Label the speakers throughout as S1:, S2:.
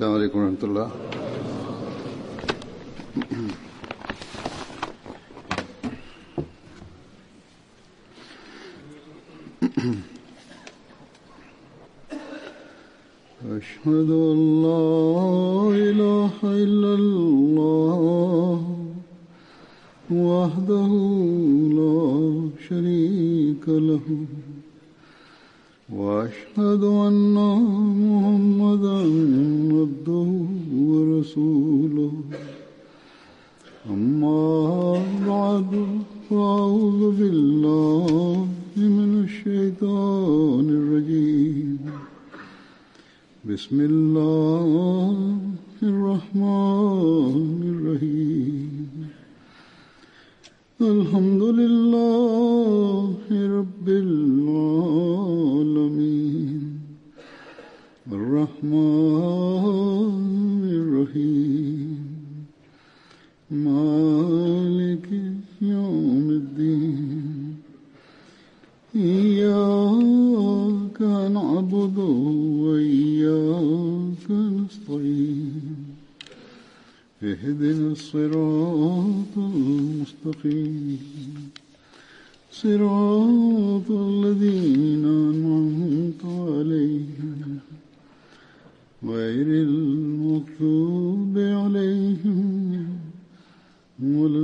S1: Assalamualaikum warahmatullahi. أشهد أن لا إله إلا الله وحده لا شريك له وأشهد أن محمدا عبده ورسوله أما بعد فأعوذ بالله من الشيطان الرجيم بسم الله الرحمن الرحيم الحمد لله رب العالمين الرحمن الرحيم مالك يوم الدين إياك نعبد وإياك نستعين اهدنا الصراط المستقيم صراط الذين أنعمت عليهم غير المغضوب عليهم ولا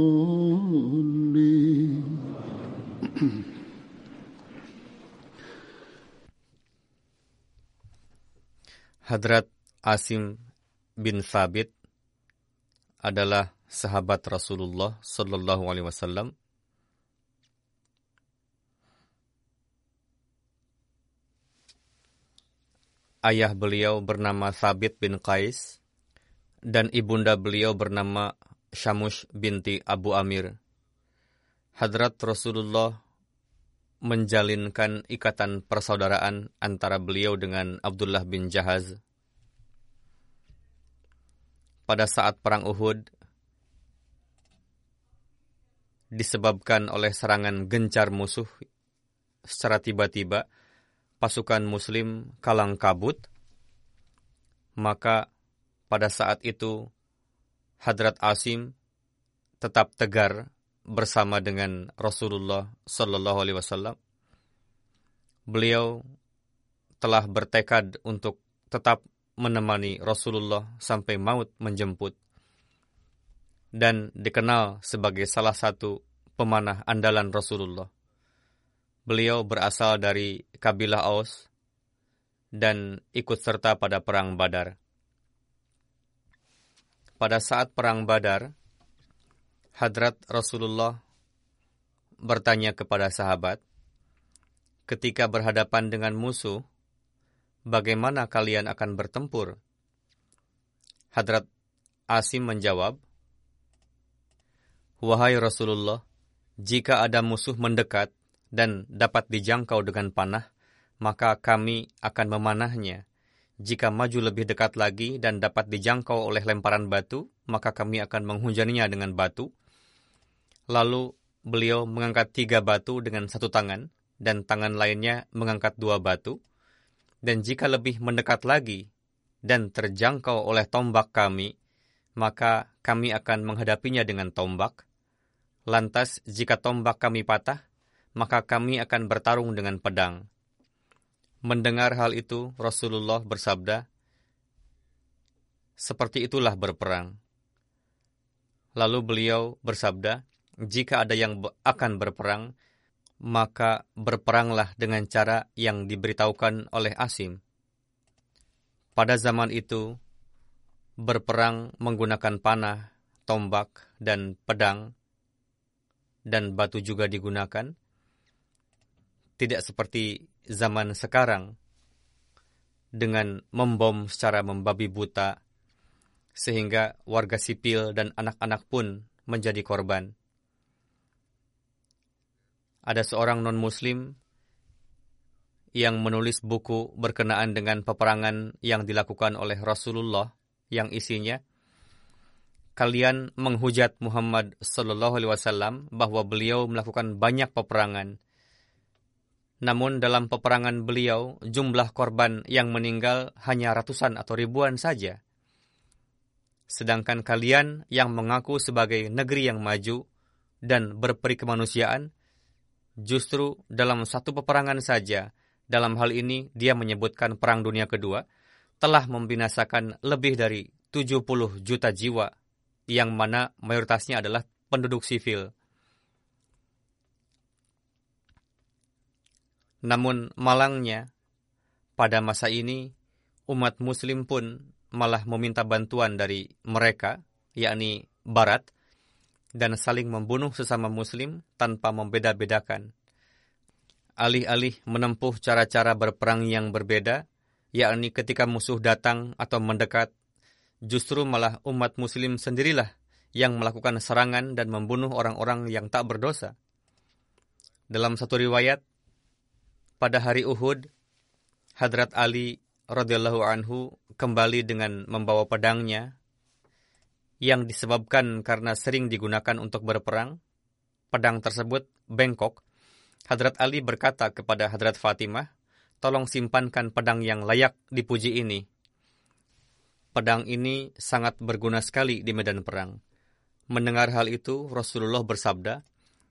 S1: الضالين.
S2: Hadrat Asim bin Thabit adalah sahabat Rasulullah Sallallahu Alaihi Wasallam. Ayah beliau bernama Thabit bin Qais dan ibunda beliau bernama Syamush binti Abu Amir. Hadrat Rasulullah menjalinkan ikatan persaudaraan antara beliau dengan Abdullah bin Jahaz. Pada saat perang Uhud, disebabkan oleh serangan gencar musuh secara tiba-tiba, pasukan muslim kalang kabut, maka pada saat itu Hadrat Asim tetap tegar bersama dengan Rasulullah Sallallahu Alaihi Wasallam. Beliau telah bertekad untuk tetap menemani Rasulullah sampai maut menjemput dan dikenal sebagai salah satu pemanah andalan Rasulullah. Beliau berasal dari kabilah Aus dan ikut serta pada perang Badar. Pada saat perang Badar, Hadrat Rasulullah bertanya kepada sahabat, ketika berhadapan dengan musuh, bagaimana kalian akan bertempur? Hadrat Asim menjawab, wahai Rasulullah, jika ada musuh mendekat dan dapat dijangkau dengan panah, maka kami akan memanahnya. Jika maju lebih dekat lagi dan dapat dijangkau oleh lemparan batu, maka kami akan menghujaninya dengan batu. Lalu beliau mengangkat 3 batu dengan satu tangan, dan tangan lainnya mengangkat 2 batu. Dan jika lebih mendekat lagi dan terjangkau oleh tombak kami, maka kami akan menghadapinya dengan tombak. Lantas jika tombak kami patah, maka kami akan bertarung dengan pedang. Mendengar hal itu, Rasulullah bersabda, seperti itulah berperang. Lalu beliau bersabda, jika ada yang akan berperang, maka berperanglah dengan cara yang diberitahukan oleh Asim. Pada zaman itu, berperang menggunakan panah, tombak, dan pedang, dan batu juga digunakan. Tidak seperti zaman sekarang, dengan membom secara membabi buta, sehingga warga sipil dan anak-anak pun menjadi korban. Ada seorang non-muslim yang menulis buku berkenaan dengan peperangan yang dilakukan oleh Rasulullah, yang isinya, kalian menghujat Muhammad Sallallahu Alaihi Wasallam bahwa beliau melakukan banyak peperangan. Namun dalam peperangan beliau, jumlah korban yang meninggal hanya ratusan atau ribuan saja. Sedangkan kalian yang mengaku sebagai negeri yang maju dan berperi kemanusiaan, justru dalam satu peperangan saja, dalam hal ini dia menyebutkan Perang Dunia Kedua, telah membinasakan lebih dari 70 juta jiwa, yang mana mayoritasnya adalah penduduk sivil. Namun malangnya, pada masa ini, umat muslim pun malah meminta bantuan dari mereka, yakni Barat, dan saling membunuh sesama muslim tanpa membeda-bedakan. Alih-alih menempuh cara-cara berperang yang berbeda, yakni ketika musuh datang atau mendekat, justru malah umat muslim sendirilah yang melakukan serangan dan membunuh orang-orang yang tak berdosa. Dalam satu riwayat, pada hari Uhud, Hadrat Ali radhiyallahu anhu kembali dengan membawa pedangnya yang disebabkan karena sering digunakan untuk berperang. Pedang tersebut bengkok. Hadrat Ali berkata kepada Hadrat Fatimah, "Tolong simpankan pedang yang layak dipuji ini. Pedang ini sangat berguna sekali di medan perang." Mendengar hal itu, Rasulullah bersabda,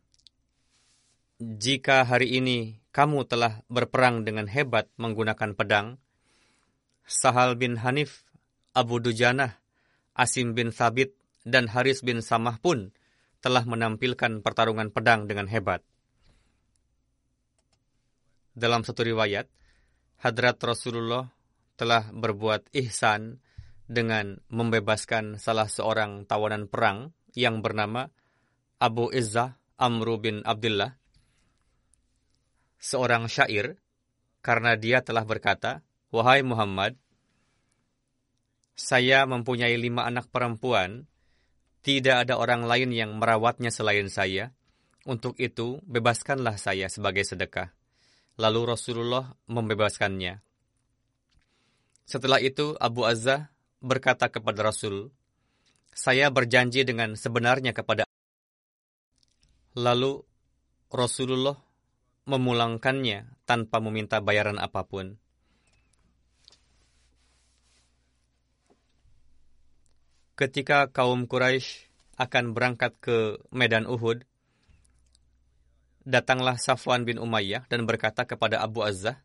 S2: "Jika hari ini kamu telah berperang dengan hebat menggunakan pedang, Sahal bin Hanif, Abu Dujanah, Asim bin Thabit, dan Haris bin Samah pun telah menampilkan pertarungan pedang dengan hebat." Dalam satu riwayat, Hadrat Rasulullah telah berbuat ihsan dengan membebaskan salah seorang tawanan perang yang bernama Abu Izzah Amru bin Abdullah, seorang syair, karena dia telah berkata, "Wahai Muhammad, saya mempunyai 5 anak perempuan, tidak ada orang lain yang merawatnya selain saya. Untuk itu, bebaskanlah saya sebagai sedekah." Lalu Rasulullah membebaskannya. Setelah itu, Abu Azzah berkata kepada Rasul, "Saya berjanji dengan sebenarnya kepada." Lalu Rasulullah memulangkannya tanpa meminta bayaran apapun. Ketika kaum Quraisy akan berangkat ke medan Uhud, datanglah Safwan bin Umayyah dan berkata kepada Abu Azzah,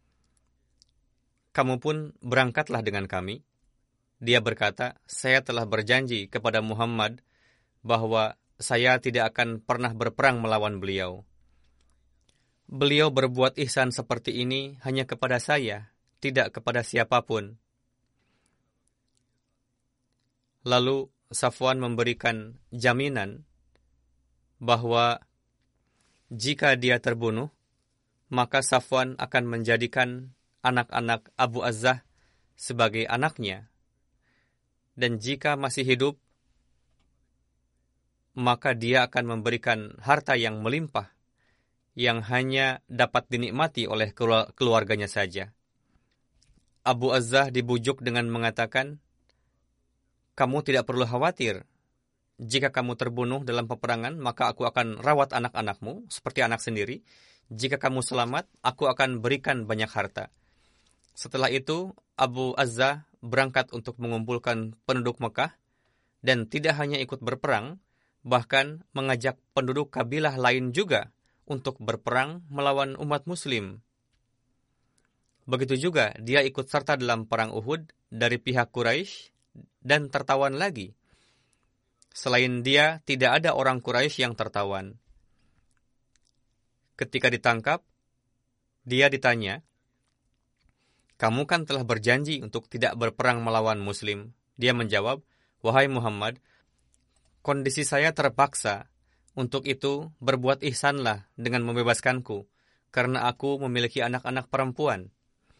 S2: "Kamu pun berangkatlah dengan kami." Dia berkata, "Saya telah berjanji kepada Muhammad bahwa saya tidak akan pernah berperang melawan beliau. Beliau berbuat ihsan seperti ini hanya kepada saya, tidak kepada siapapun." Lalu Safwan memberikan jaminan bahwa jika dia terbunuh, maka Safwan akan menjadikan anak-anak Abu Azzah sebagai anaknya. Dan jika masih hidup, maka dia akan memberikan harta yang melimpah, yang hanya dapat dinikmati oleh keluarganya saja. Abu Azzah dibujuk dengan mengatakan, "Kamu tidak perlu khawatir. Jika kamu terbunuh dalam peperangan, maka aku akan rawat anak-anakmu seperti anak sendiri. Jika kamu selamat, aku akan berikan banyak harta." Setelah itu, Abu Azzah berangkat untuk mengumpulkan penduduk Mekah, dan tidak hanya ikut berperang, bahkan mengajak penduduk kabilah lain juga untuk berperang melawan umat muslim. Begitu juga dia ikut serta dalam perang Uhud dari pihak Quraisy dan tertawan lagi. Selain dia, tidak ada orang Quraisy yang tertawan. Ketika ditangkap, dia ditanya, "Kamu kan telah berjanji untuk tidak berperang melawan Muslim." Dia menjawab, "Wahai Muhammad, kondisi saya terpaksa. Untuk itu, berbuat ihsanlah dengan membebaskanku, karena aku memiliki anak-anak perempuan."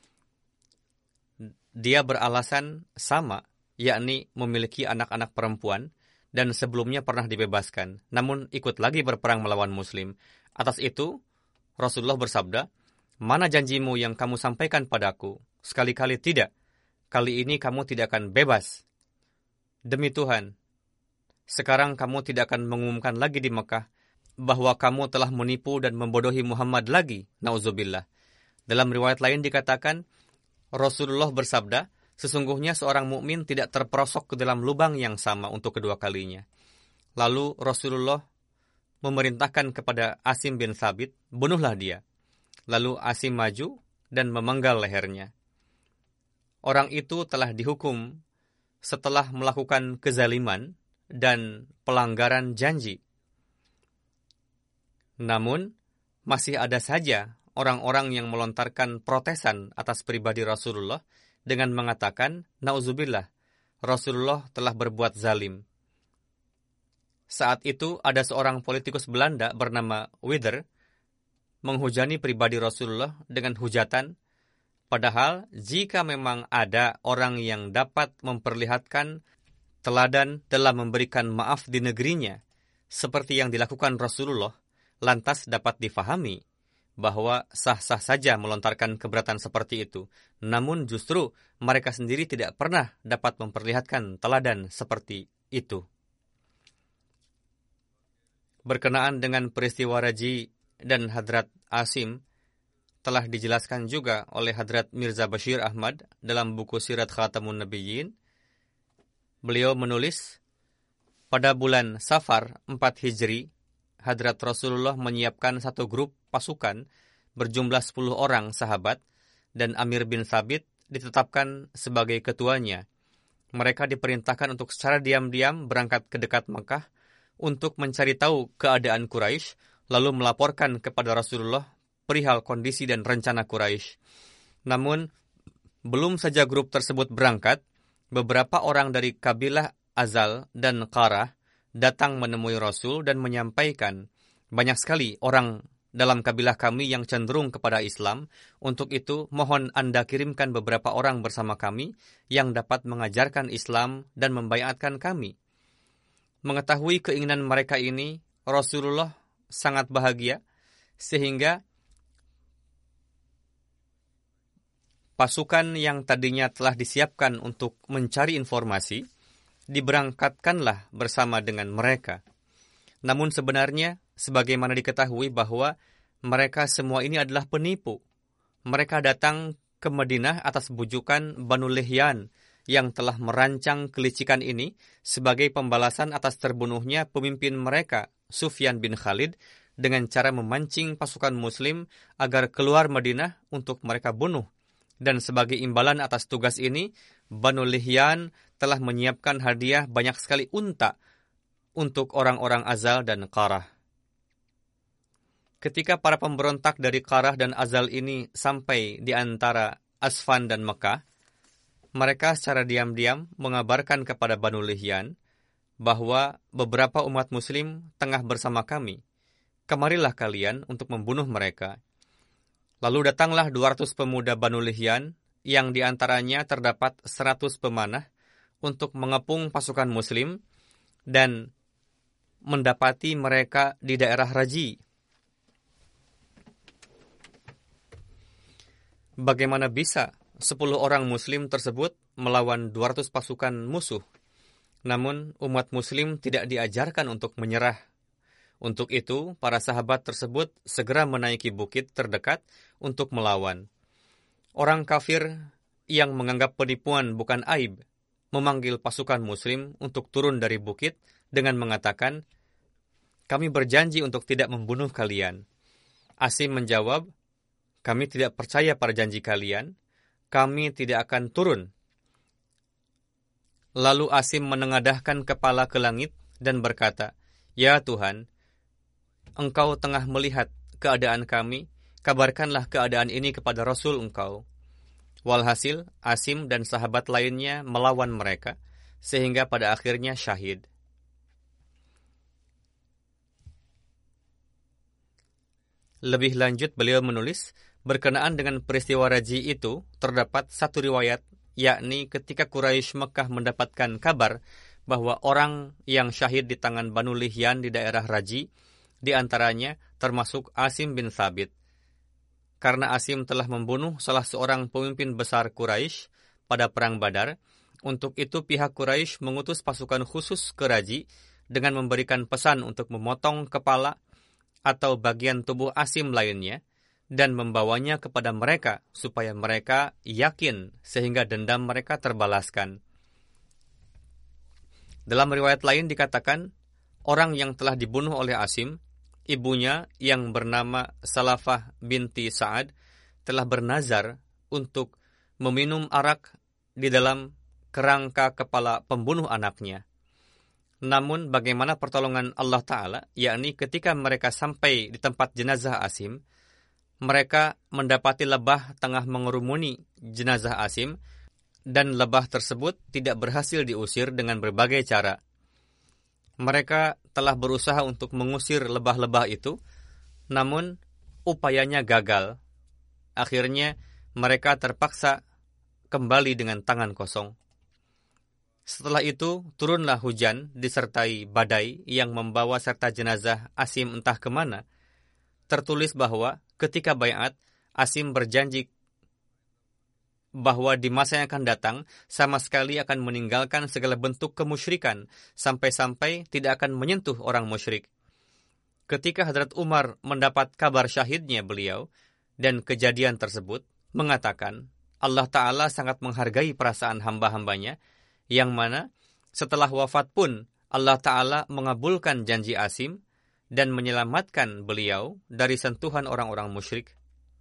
S2: Dia beralasan sama, yakni memiliki anak-anak perempuan, dan sebelumnya pernah dibebaskan, namun ikut lagi berperang melawan Muslim. Atas itu, Rasulullah bersabda, "Mana janjimu yang kamu sampaikan padaku? Sekali-kali tidak. Kali ini kamu tidak akan bebas. Demi Tuhan, sekarang kamu tidak akan mengumumkan lagi di Mekah bahwa kamu telah menipu dan membodohi Muhammad lagi. Nauzubillah. Dalam riwayat lain dikatakan, Rasulullah bersabda, sesungguhnya seorang mukmin tidak terperosok ke dalam lubang yang sama untuk kedua kalinya. Lalu Rasulullah memerintahkan kepada Asim bin Thabit, bunuhlah dia. Lalu Asim maju dan memenggal lehernya. Orang itu telah dihukum setelah melakukan kezaliman dan pelanggaran janji. Namun, masih ada saja orang-orang yang melontarkan protesan atas pribadi Rasulullah dengan mengatakan, Nauzubillah, Rasulullah telah berbuat zalim. Saat itu ada seorang politikus Belanda bernama Wither menghujani pribadi Rasulullah dengan hujatan, padahal jika memang ada orang yang dapat memperlihatkan teladan dalam memberikan maaf di negerinya, seperti yang dilakukan Rasulullah, lantas dapat difahami bahwa sah-sah saja melontarkan keberatan seperti itu. Namun justru mereka sendiri tidak pernah dapat memperlihatkan teladan seperti itu. Berkenaan dengan peristiwa Raji dan Hadrat Asim, telah dijelaskan juga oleh Hadrat Mirza Bashir Ahmad dalam buku Sirat Khatamun Nabiyyin. Beliau menulis, pada bulan Safar 4 Hijri, Hadrat Rasulullah menyiapkan satu grup pasukan berjumlah 10 orang sahabat dan Amir bin Thabit ditetapkan sebagai ketuanya. Mereka diperintahkan untuk secara diam-diam berangkat ke dekat Mekah untuk mencari tahu keadaan Quraisy, lalu melaporkan kepada Rasulullah perihal kondisi dan rencana Quraisy. Namun, belum saja grup tersebut berangkat, beberapa orang dari kabilah Azal dan Qarah datang menemui Rasul dan menyampaikan, banyak sekali orang dalam kabilah kami yang cenderung kepada Islam. Untuk itu, mohon Anda kirimkan beberapa orang bersama kami yang dapat mengajarkan Islam dan membaiatkan kami. Mengetahui keinginan mereka ini, Rasulullah sangat bahagia, sehingga pasukan yang tadinya telah disiapkan untuk mencari informasi diberangkatkanlah bersama dengan mereka. Namun sebenarnya, sebagaimana diketahui bahwa mereka semua ini adalah penipu. Mereka datang ke Madinah atas bujukan Banu Lihyan yang telah merancang kelicikan ini sebagai pembalasan atas terbunuhnya pemimpin mereka, Sufyan bin Khalid, dengan cara memancing pasukan Muslim agar keluar Madinah untuk mereka bunuh. Dan sebagai imbalan atas tugas ini, Banu Lihyan telah menyiapkan hadiah banyak sekali unta untuk orang-orang Azal dan Qarah. Ketika para pemberontak dari Qarah dan Azal ini sampai di antara Asfan dan Mekah, mereka secara diam-diam mengabarkan kepada Banu Lihyan bahwa beberapa umat Muslim tengah bersama kami. Kemarilah kalian untuk membunuh mereka. Lalu datanglah 200 pemuda Banu Lihyan, yang diantaranya terdapat 100 pemanah, untuk mengepung pasukan Muslim dan mendapati mereka di daerah Raji. Bagaimana bisa 10 orang Muslim tersebut melawan 200 pasukan musuh? Namun umat Muslim tidak diajarkan untuk menyerah. Untuk itu, para sahabat tersebut segera menaiki bukit terdekat untuk melawan. Orang kafir yang menganggap penipuan bukan aib, memanggil pasukan Muslim untuk turun dari bukit dengan mengatakan, kami berjanji untuk tidak membunuh kalian. Asim menjawab, kami tidak percaya pada janji kalian, kami tidak akan turun. Lalu Asim menengadahkan kepala ke langit dan berkata, ya Tuhan, Engkau tengah melihat keadaan kami, kabarkanlah keadaan ini kepada Rasul Engkau. Walhasil, Asim dan sahabat lainnya melawan mereka, sehingga pada akhirnya syahid. Lebih lanjut, beliau menulis, berkenaan dengan peristiwa Raji itu, terdapat satu riwayat, yakni ketika Quraisy Mekah mendapatkan kabar bahwa orang yang syahid di tangan Banu Lihyan di daerah Raji, di antaranya termasuk Asim bin Thabit. Karena Asim telah membunuh salah seorang pemimpin besar Quraisy pada Perang Badar, untuk itu pihak Quraisy mengutus pasukan khusus ke Raji dengan memberikan pesan untuk memotong kepala atau bagian tubuh Asim lainnya dan membawanya kepada mereka supaya mereka yakin sehingga dendam mereka terbalaskan. Dalam riwayat lain dikatakan, orang yang telah dibunuh oleh Asim, ibunya yang bernama Salafah binti Sa'ad, telah bernazar untuk meminum arak di dalam kerangka kepala pembunuh anaknya. Namun bagaimana pertolongan Allah Ta'ala, yakni ketika mereka sampai di tempat jenazah Asim, mereka mendapati lebah tengah mengerumuni jenazah Asim, dan lebah tersebut tidak berhasil diusir dengan berbagai cara. Mereka telah berusaha untuk mengusir lebah-lebah itu, namun upayanya gagal. Akhirnya mereka terpaksa kembali dengan tangan kosong. Setelah itu, turunlah hujan disertai badai yang membawa serta jenazah Asim entah kemana. Tertulis bahwa ketika baiat, Asim berjanji bahwa di masa yang akan datang sama sekali akan meninggalkan segala bentuk kemusyrikan sampai-sampai tidak akan menyentuh orang musyrik. Ketika Hadrat Umar mendapat kabar syahidnya beliau dan kejadian tersebut, mengatakan Allah Ta'ala sangat menghargai perasaan hamba-hambanya, yang mana setelah wafat pun Allah Ta'ala mengabulkan janji Asim dan menyelamatkan beliau dari sentuhan orang-orang musyrik.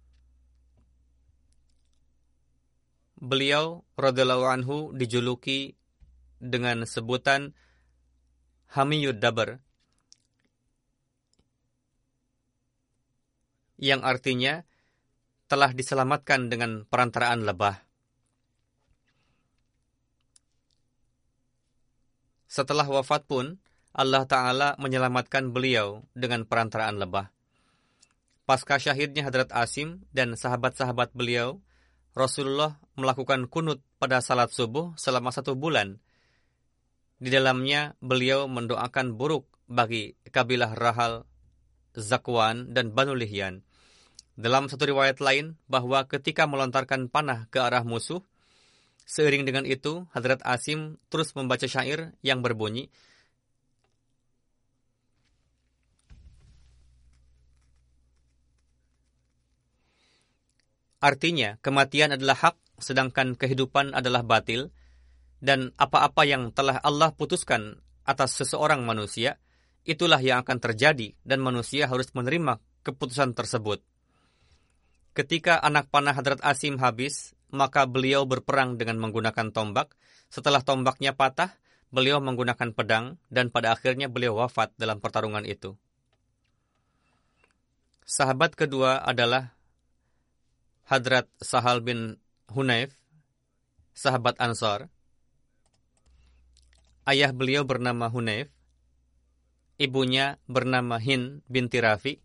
S2: Beliau radhiyallahu anhu dijuluki dengan sebutan Hamiyud Dabar, yang artinya telah diselamatkan dengan perantaraan lebah. Setelah wafat pun Allah Ta'ala menyelamatkan beliau dengan perantaraan lebah. Pasca syahidnya Hadrat Asim dan sahabat-sahabat beliau, Rasulullah melakukan kunut pada salat subuh selama 1 bulan. Di dalamnya beliau mendoakan buruk bagi kabilah Rahal, Zakwan, dan Banu Lihyan. Dalam satu riwayat lain, bahwa ketika melontarkan panah ke arah musuh, seiring dengan itu Hadrat Asim terus membaca syair yang berbunyi, artinya, kematian adalah hak, sedangkan kehidupan adalah batil, dan apa-apa yang telah Allah putuskan atas seseorang manusia, itulah yang akan terjadi, dan manusia harus menerima keputusan tersebut. Ketika anak panah Hadrat Asim habis, maka beliau berperang dengan menggunakan tombak. Setelah tombaknya patah, beliau menggunakan pedang, dan pada akhirnya beliau wafat dalam pertarungan itu. Sahabat kedua adalah Hadrat Sahal bin Hunayf, sahabat Ansar. Ayah beliau bernama Hunayf, ibunya bernama Hind binti Rafi.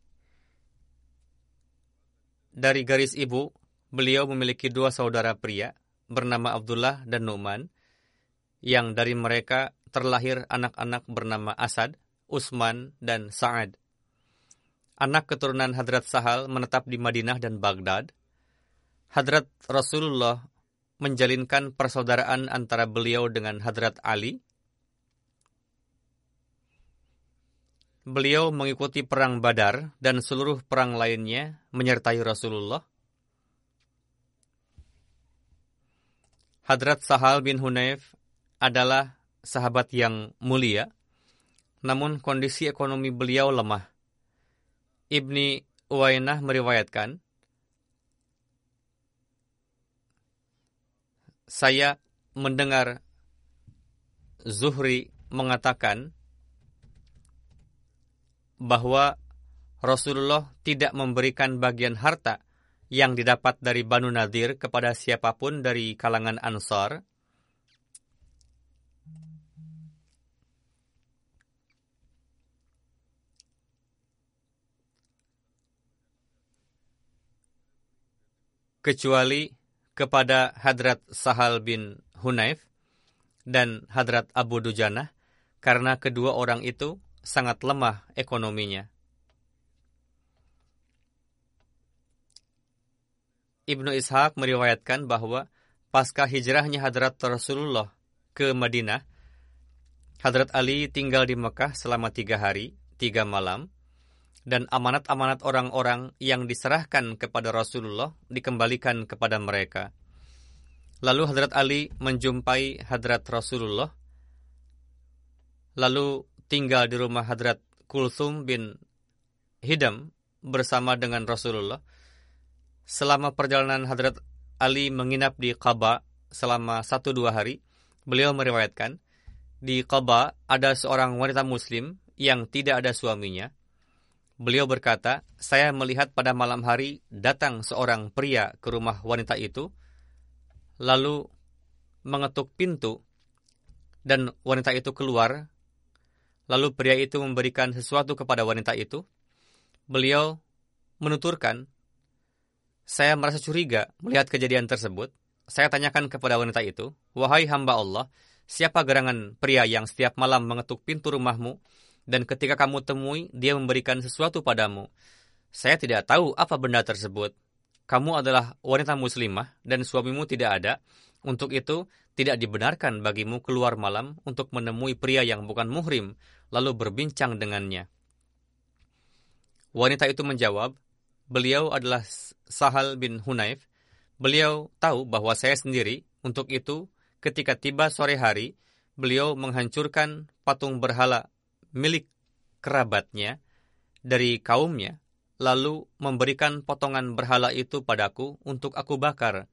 S2: Dari garis ibu, beliau memiliki 2 saudara pria bernama Abdullah dan Nu'man, yang dari mereka terlahir anak-anak bernama Asad, Utsman, dan Sa'ad. Anak keturunan Hadrat Sahal menetap di Madinah dan Baghdad. Hadrat Rasulullah menjalinkan persaudaraan antara beliau dengan Hadrat Ali. Beliau mengikuti perang Badar dan seluruh perang lainnya menyertai Rasulullah. Hadrat Sahal bin Hunayf adalah sahabat yang mulia, namun kondisi ekonomi beliau lemah. Ibni Uwainah meriwayatkan, saya mendengar Zuhri mengatakan bahwa Rasulullah tidak memberikan bagian harta yang didapat dari Banu Nadir kepada siapapun dari kalangan Ansar, kecuali kepada Hadrat Sahal bin Hunayf dan Hadrat Abu Dujanah, karena kedua orang itu sangat lemah ekonominya. Ibnu Ishaq meriwayatkan bahwa pasca hijrahnya Hadrat Rasulullah ke Madinah, Hadrat Ali tinggal di Mekah selama 3 hari, 3 malam. dan amanat-amanat orang-orang yang diserahkan kepada Rasulullah dikembalikan kepada mereka. Lalu Hadrat Ali menjumpai Hadrat Rasulullah, lalu tinggal di rumah Hadrat Kulthum bin Hidam bersama dengan Rasulullah. Selama perjalanan Hadrat Ali menginap di Quba selama 1-2 hari. Beliau meriwayatkan, di Quba ada seorang wanita muslim yang tidak ada suaminya. Beliau berkata, saya melihat pada malam hari datang seorang pria ke rumah wanita itu, lalu mengetuk pintu, dan wanita itu keluar. Lalu pria itu memberikan sesuatu kepada wanita itu. Beliau menuturkan, saya merasa curiga melihat kejadian tersebut. Saya tanyakan kepada wanita itu, wahai hamba Allah, siapa gerangan pria yang setiap malam mengetuk pintu rumahmu, dan ketika kamu temui, dia memberikan sesuatu padamu? Saya tidak tahu apa benda tersebut. Kamu adalah wanita muslimah, dan suamimu tidak ada. Untuk itu, tidak dibenarkan bagimu keluar malam untuk menemui pria yang bukan muhrim, lalu berbincang dengannya. Wanita itu menjawab, beliau adalah Sahal bin Hunayf. Beliau tahu bahwa saya sendiri. Untuk itu, ketika tiba sore hari, beliau menghancurkan patung berhala milik kerabatnya dari kaumnya, lalu memberikan potongan berhala itu padaku untuk aku bakar.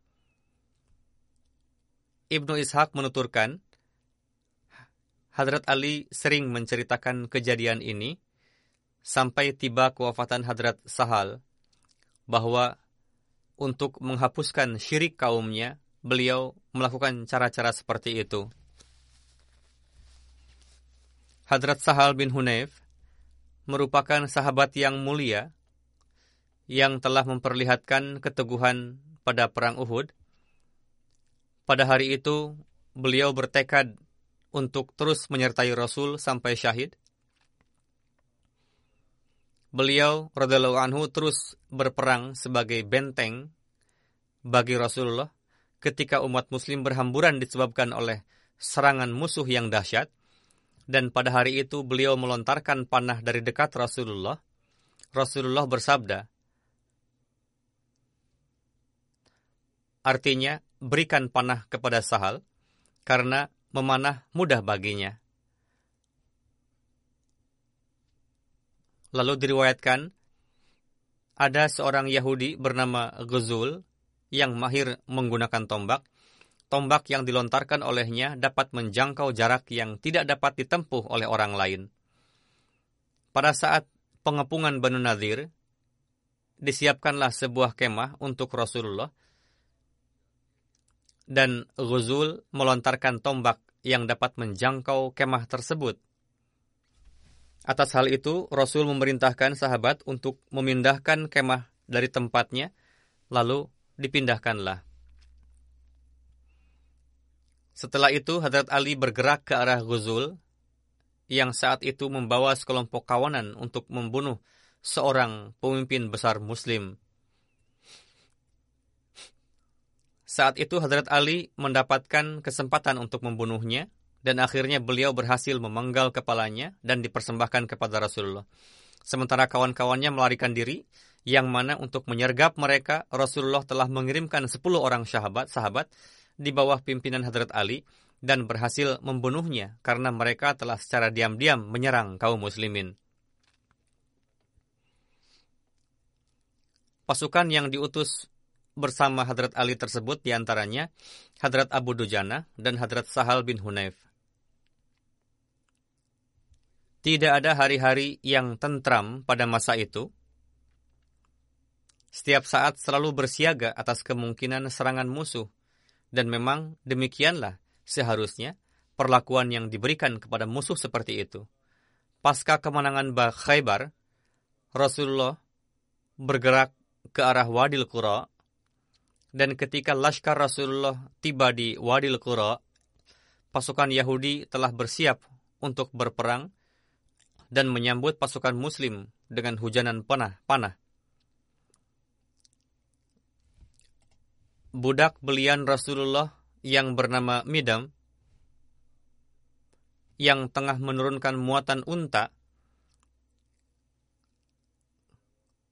S2: Ibnu Ishaq menuturkan, Hadrat Ali sering menceritakan kejadian ini sampai tiba kewafatan Hadrat Sahal, bahwa untuk menghapuskan syirik kaumnya, beliau melakukan cara-cara seperti itu. Hadrat Sahal bin Hunayf merupakan sahabat yang mulia yang telah memperlihatkan keteguhan pada perang Uhud. Pada hari itu, beliau bertekad untuk terus menyertai Rasul sampai syahid. Beliau radhiyallahu anhu terus berperang sebagai benteng bagi Rasulullah ketika umat muslim berhamburan disebabkan oleh serangan musuh yang dahsyat. Dan pada hari itu beliau melontarkan panah dari dekat Rasulullah. Rasulullah bersabda, artinya, berikan panah kepada Sahal, karena memanah mudah baginya. Lalu diriwayatkan, ada seorang Yahudi bernama Ghuzul yang mahir menggunakan tombak. Tombak yang dilontarkan olehnya dapat menjangkau jarak yang tidak dapat ditempuh oleh orang lain. Pada saat pengepungan Banu Nadir, disiapkanlah sebuah kemah untuk Rasulullah, dan Ghuzul melontarkan tombak yang dapat menjangkau kemah tersebut. Atas hal itu, Rasul memerintahkan sahabat untuk memindahkan kemah dari tempatnya, lalu dipindahkanlah. Setelah itu, Hadrat Ali bergerak ke arah Ghuzul, yang saat itu membawa sekelompok kawanan untuk membunuh seorang pemimpin besar Muslim. Saat itu, Hadrat Ali mendapatkan kesempatan untuk membunuhnya, dan akhirnya beliau berhasil memenggal kepalanya dan dipersembahkan kepada Rasulullah. Sementara kawan-kawannya melarikan diri, yang mana untuk menyergap mereka, Rasulullah telah mengirimkan 10 orang sahabat di bawah pimpinan Hadrat Ali dan berhasil membunuhnya karena mereka telah secara diam-diam menyerang kaum muslimin. Pasukan yang diutus bersama Hadrat Ali tersebut diantaranya Hadrat Abu Dujana dan Hadrat Sahal bin Hunayf. Tidak ada hari-hari yang tentram pada masa itu. Setiap saat selalu bersiaga atas kemungkinan serangan musuh. Dan memang demikianlah seharusnya perlakuan yang diberikan kepada musuh seperti itu. Pasca kemenangan Khaybar, Rasulullah bergerak ke arah Wadil Qura, dan ketika laskar Rasulullah tiba di Wadil Qura, pasukan Yahudi telah bersiap untuk berperang dan menyambut pasukan Muslim dengan hujanan panah. Budak belian Rasulullah yang bernama Midam, yang tengah menurunkan muatan unta,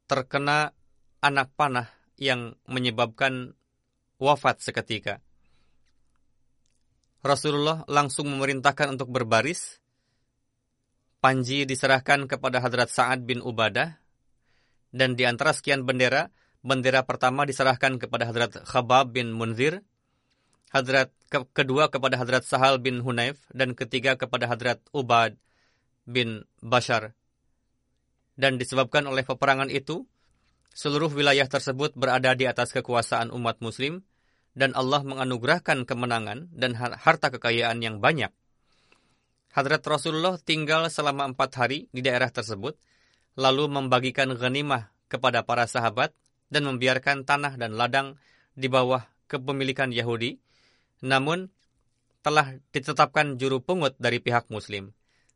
S2: terkena anak panah yang menyebabkan wafat seketika. Rasulullah langsung memerintahkan untuk berbaris. Panji diserahkan kepada Hadrat Sa'ad bin Ubadah, dan di antara sekian bendera, bendera pertama diserahkan kepada Hadrat Khabab bin Munzir, kedua kepada Hadrat Sahal bin Hunayf, dan ketiga kepada Hadrat Ubad bin Bashar. Dan disebabkan oleh peperangan itu, seluruh wilayah tersebut berada di atas kekuasaan umat muslim, dan Allah menganugerahkan kemenangan dan harta kekayaan yang banyak. Hadrat Rasulullah tinggal selama 4 hari di daerah tersebut, lalu membagikan ghanimah kepada para sahabat dan membiarkan tanah dan ladang di bawah kepemilikan Yahudi, namun telah ditetapkan juru pungut dari pihak muslim.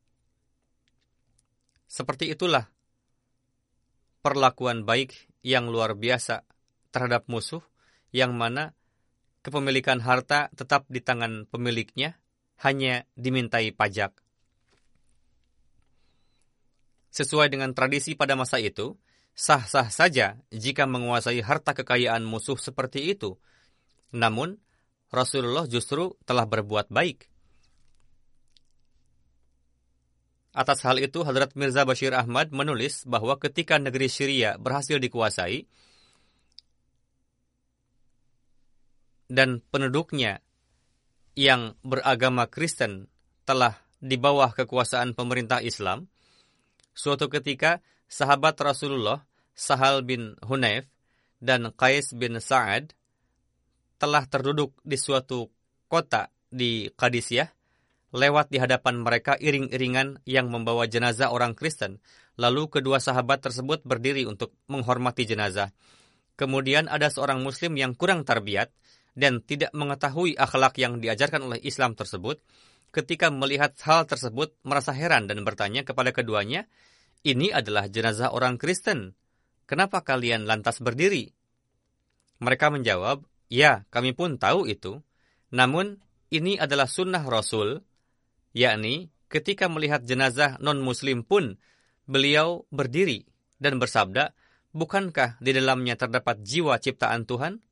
S2: Seperti itulah perlakuan baik yang luar biasa terhadap musuh, yang mana kepemilikan harta tetap di tangan pemiliknya, hanya dimintai pajak. Sesuai dengan tradisi pada masa itu, sah-sah saja jika menguasai harta kekayaan musuh seperti itu. Namun, Rasulullah justru telah berbuat baik. Atas hal itu, Hadrat Mirza Bashir Ahmad menulis bahwa ketika negeri Syria berhasil dikuasai dan penduduknya yang beragama Kristen telah di bawah kekuasaan pemerintah Islam, suatu ketika sahabat Rasulullah, Sahal bin Hunayf dan Qais bin Sa'ad telah terduduk di suatu kota di Qadisiyah. Lewat di hadapan mereka iring-iringan yang membawa jenazah orang Kristen. Lalu kedua sahabat tersebut berdiri untuk menghormati jenazah. Kemudian ada seorang muslim yang kurang tarbiyat dan tidak mengetahui akhlak yang diajarkan oleh Islam tersebut. Ketika melihat hal tersebut merasa heran dan bertanya kepada keduanya, "Ini adalah jenazah orang Kristen. Kenapa kalian lantas berdiri?" Mereka menjawab, "Ya, kami pun tahu itu. Namun, ini adalah sunnah Rasul, yakni ketika melihat jenazah non-muslim pun beliau berdiri dan bersabda, 'Bukankah di dalamnya terdapat jiwa ciptaan Tuhan?'"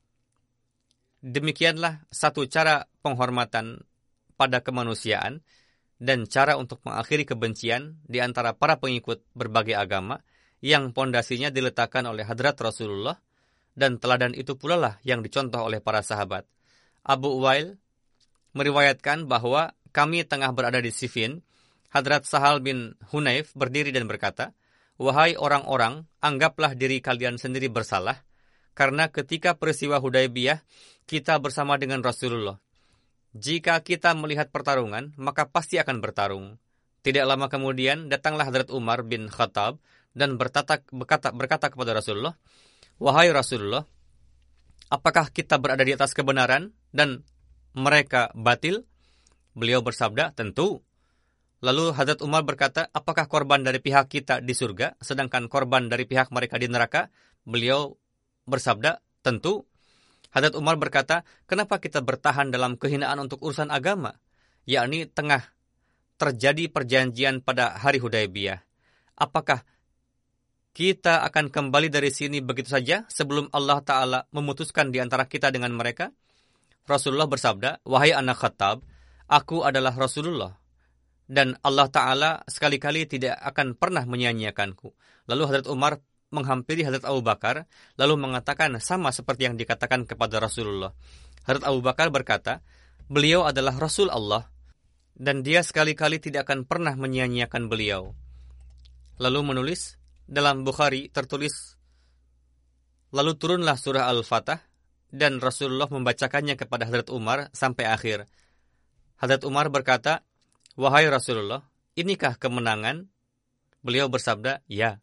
S2: Demikianlah satu cara penghormatan pada kemanusiaan dan cara untuk mengakhiri kebencian di antara para pengikut berbagai agama yang pondasinya diletakkan oleh Hadrat Rasulullah, dan teladan itu pula lah yang dicontoh oleh para sahabat. Abu Uwail meriwayatkan bahwa kami tengah berada di Siffin. Hadrat Sahal bin Hunayf berdiri dan berkata, "Wahai orang-orang, anggaplah diri kalian sendiri bersalah, karena ketika peristiwa Hudaybiyah, kita bersama dengan Rasulullah. Jika kita melihat pertarungan, maka pasti akan bertarung." Tidak lama kemudian, datanglah Hadrat Umar bin Khattab dan berkata kepada Rasulullah, "Wahai Rasulullah, apakah kita berada di atas kebenaran dan mereka batil?" Beliau bersabda, "Tentu." Lalu Hadrat Umar berkata, "Apakah korban dari pihak kita di surga, sedangkan korban dari pihak mereka di neraka?" Beliau bersabda, "Tentu." Hadrat Umar berkata, "Kenapa kita bertahan dalam kehinaan untuk urusan agama? Yakni tengah terjadi perjanjian pada hari Hudaybiyah. Apakah kita akan kembali dari sini begitu saja sebelum Allah Ta'ala memutuskan di antara kita dengan mereka?" Rasulullah bersabda, "Wahai anak Khattab, aku adalah Rasulullah, dan Allah Ta'ala sekali-kali tidak akan pernah menyia-nyiakanku." Lalu Hadrat Umar menghampiri Hadrat Abu Bakar, lalu mengatakan sama seperti yang dikatakan kepada Rasulullah. Hadrat Abu Bakar berkata, "Beliau adalah Rasul Allah, dan dia sekali-kali tidak akan pernah menyia-nyiakan beliau." Lalu menulis, dalam Bukhari tertulis, lalu turunlah surah Al-Fatah, dan Rasulullah membacakannya kepada Hadrat Umar sampai akhir. Hadrat Umar berkata, "Wahai Rasulullah, inikah kemenangan?" Beliau bersabda, "Ya."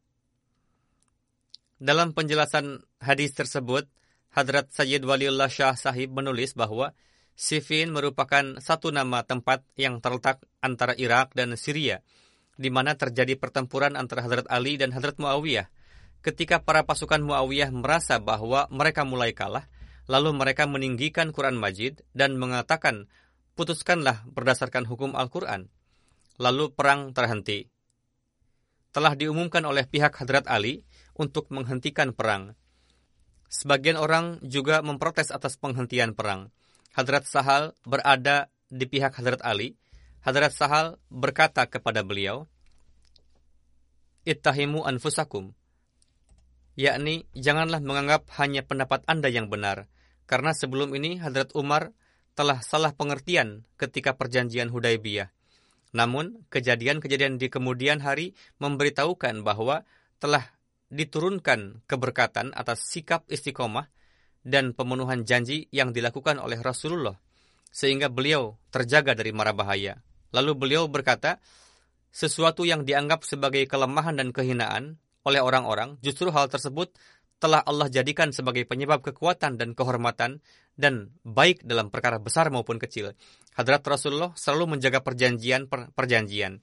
S2: Dalam penjelasan hadis tersebut, Hadrat Sayyid Waliullah Shah Sahib menulis bahwa Siffin merupakan satu nama tempat yang terletak antara Irak dan Syria, di mana terjadi pertempuran antara Hadrat Ali dan Hadrat Muawiyah. Ketika para pasukan Muawiyah merasa bahwa mereka mulai kalah, lalu mereka meninggikan Quran Majid dan mengatakan, "Putuskanlah berdasarkan hukum Al-Quran." Lalu perang terhenti. Telah diumumkan oleh pihak Hadrat Ali untuk menghentikan perang. Sebagian orang juga memprotes atas penghentian perang. Hadrat Sahal berada di pihak Hadrat Ali. Hadrat Sahal berkata kepada beliau, "Ittahimu anfusakum," yakni janganlah menganggap hanya pendapat Anda yang benar, karena sebelum ini Hadrat Umar telah salah pengertian ketika perjanjian Hudaibiyah. Namun, kejadian-kejadian di kemudian hari memberitahukan bahwa telah diturunkan keberkatan atas sikap istiqomah dan pemenuhan janji yang dilakukan oleh Rasulullah, sehingga beliau terjaga dari mara bahaya. Lalu beliau berkata, sesuatu yang dianggap sebagai kelemahan dan kehinaan oleh orang-orang, justru hal tersebut telah Allah jadikan sebagai penyebab kekuatan dan kehormatan dan baik dalam perkara besar maupun kecil. Hadrat Rasulullah selalu menjaga perjanjian.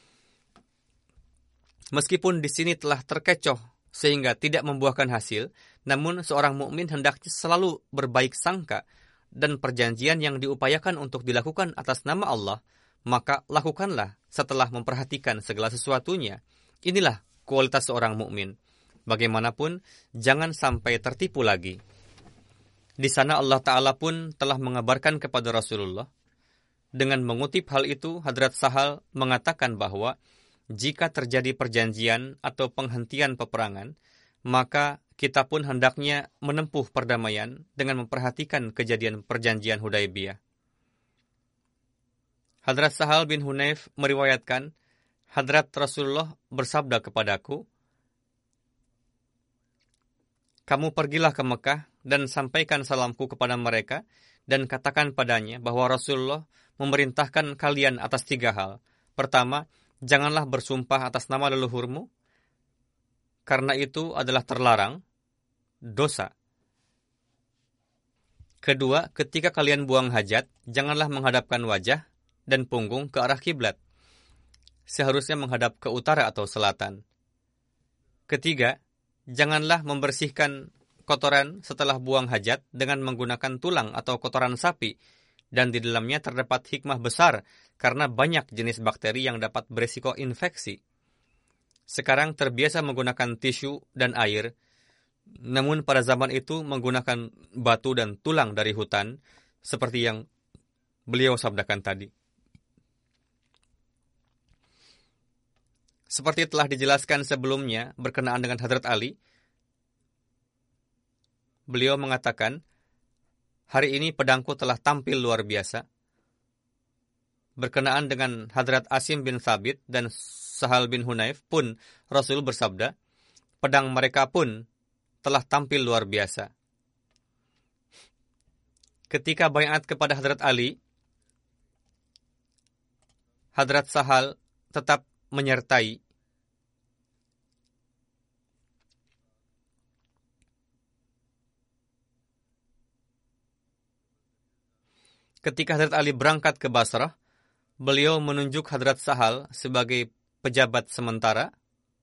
S2: Meskipun di sini telah terkecoh sehingga tidak membuahkan hasil, namun seorang mukmin hendaknya selalu berbaik sangka, dan perjanjian yang diupayakan untuk dilakukan atas nama Allah, maka lakukanlah setelah memperhatikan segala sesuatunya. Inilah kualitas seorang mukmin. Bagaimanapun, jangan sampai tertipu lagi. Di sana Allah Ta'ala pun telah mengabarkan kepada Rasulullah. Dengan mengutip hal itu, Hadrat Sahal mengatakan bahwa jika terjadi perjanjian atau penghentian peperangan, maka kita pun hendaknya menempuh perdamaian dengan memperhatikan kejadian perjanjian Hudaibiyah. Hadrat Sahal bin Hunayf meriwayatkan, Hadrat Rasulullah bersabda kepadaku, "Kamu pergilah ke Mekah dan sampaikan salamku kepada mereka dan katakan padanya bahwa Rasulullah memerintahkan kalian atas 3 hal. Pertama, janganlah bersumpah atas nama leluhurmu, karena itu adalah terlarang, dosa. Kedua, ketika kalian buang hajat, janganlah menghadapkan wajah dan punggung ke arah kiblat. Seharusnya menghadap ke utara atau selatan. Ketiga, janganlah membersihkan kotoran setelah buang hajat dengan menggunakan tulang atau kotoran sapi, dan di dalamnya terdapat hikmah besar karena banyak jenis bakteri yang dapat berisiko infeksi. Sekarang terbiasa menggunakan tisu dan air, namun pada zaman itu menggunakan batu dan tulang dari hutan, seperti yang beliau sabdakan tadi. Seperti telah dijelaskan sebelumnya berkenaan dengan Hadrat Ali, beliau mengatakan, hari ini pedangku telah tampil luar biasa. Berkenaan dengan Hadrat Asim bin Thabit dan Sahal bin Hunayf pun Rasul bersabda, pedang mereka pun telah tampil luar biasa. Ketika baiat kepada Hadrat Ali, Hadrat Sahal tetap menyertai. Ketika Hadrat Ali berangkat ke Basrah, beliau menunjuk Hadrat Sahal sebagai pejabat sementara.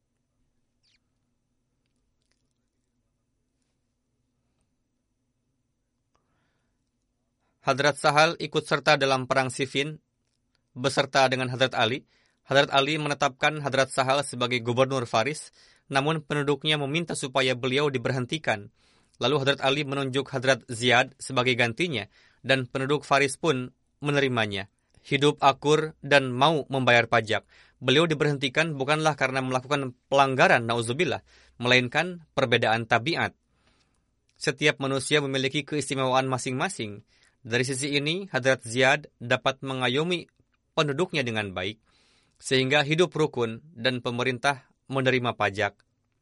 S2: Hadrat Sahal ikut serta dalam perang Siffin beserta dengan Hadrat Ali. Hadrat Ali menetapkan Hadrat Sahal sebagai gubernur Faris, namun penduduknya meminta supaya beliau diberhentikan. Lalu Hadrat Ali menunjuk Hadrat Ziyad sebagai gantinya, dan penduduk Faris pun menerimanya. Hidup akur dan mau membayar pajak. Beliau diberhentikan bukanlah karena melakukan pelanggaran, na'udzubillah, melainkan perbedaan tabiat. Setiap manusia memiliki keistimewaan masing-masing. Dari sisi ini, Hadrat Ziyad dapat mengayomi penduduknya dengan baik, sehingga hidup rukun dan pemerintah menerima pajak.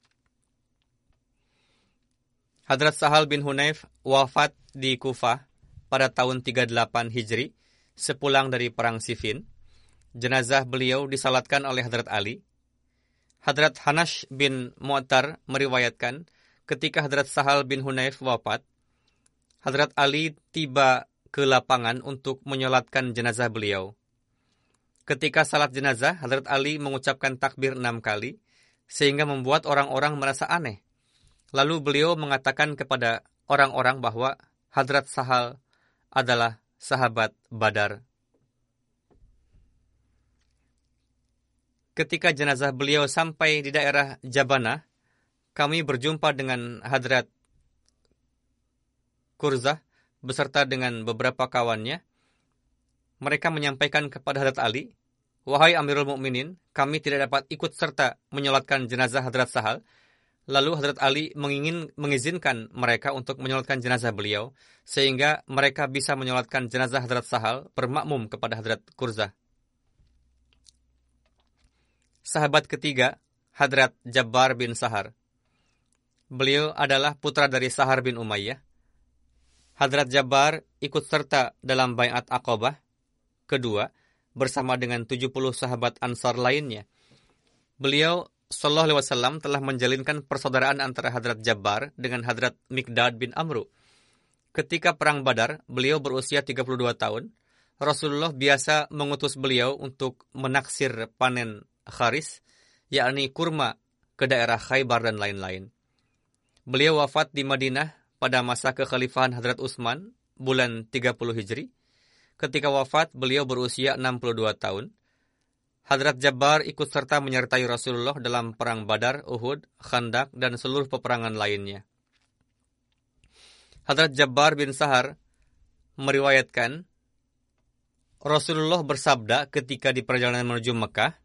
S2: Hadrat Sahal bin Hunayf wafat di Kufah pada tahun 38 Hijri, sepulang dari perang Siffin. Jenazah beliau disalatkan oleh Hadrat Ali. Hadrat Hanash bin Mu'tar meriwayatkan, ketika Hadrat Sahal bin Hunayf wafat, Hadrat Ali tiba ke lapangan untuk menyolatkan jenazah beliau. Ketika salat jenazah, Hadrat Ali mengucapkan takbir 6 kali, sehingga membuat orang-orang merasa aneh. Lalu beliau mengatakan kepada orang-orang bahwa Hadrat Sahal adalah sahabat Badar. Ketika jenazah beliau sampai di daerah Jabanah, kami berjumpa dengan Hadrat Kurzah beserta dengan beberapa kawannya. Mereka menyampaikan kepada Hadrat Ali, "Wahai Amirul Mukminin, kami tidak dapat ikut serta menyolatkan jenazah Hadrat Sahal." Lalu Hadrat Ali mengizinkan mereka untuk menyolatkan jenazah beliau, sehingga mereka bisa menyolatkan jenazah Hadrat Sahal bermakmum kepada Hadrat Kurzah. Sahabat ketiga, Hadrat Jabbar bin Sahar. Beliau adalah putra dari Sahar bin Umayyah. Hadrat Jabbar ikut serta dalam Bai'at Aqabah kedua bersama dengan 70 sahabat Ansar lainnya. Beliau sallallahu alaihi wasallam telah menjalinkan persaudaraan antara Hadrat Jabbar dengan Hadrat Miqdad bin Amru. Ketika perang Badar, beliau berusia 32 tahun. Rasulullah biasa mengutus beliau untuk menaksir panen kharis, yakni kurma, ke daerah Khaybar dan lain-lain. Beliau wafat di Madinah pada masa kekhalifahan Hadrat Utsman bulan 30 Hijri. Ketika wafat, beliau berusia 62 tahun. Hadrat Jabbar ikut serta menyertai Rasulullah dalam perang Badar, Uhud, Khandak, dan seluruh peperangan lainnya. Hadrat Jabbar bin Sahar meriwayatkan, Rasulullah bersabda ketika di perjalanan menuju Mekah,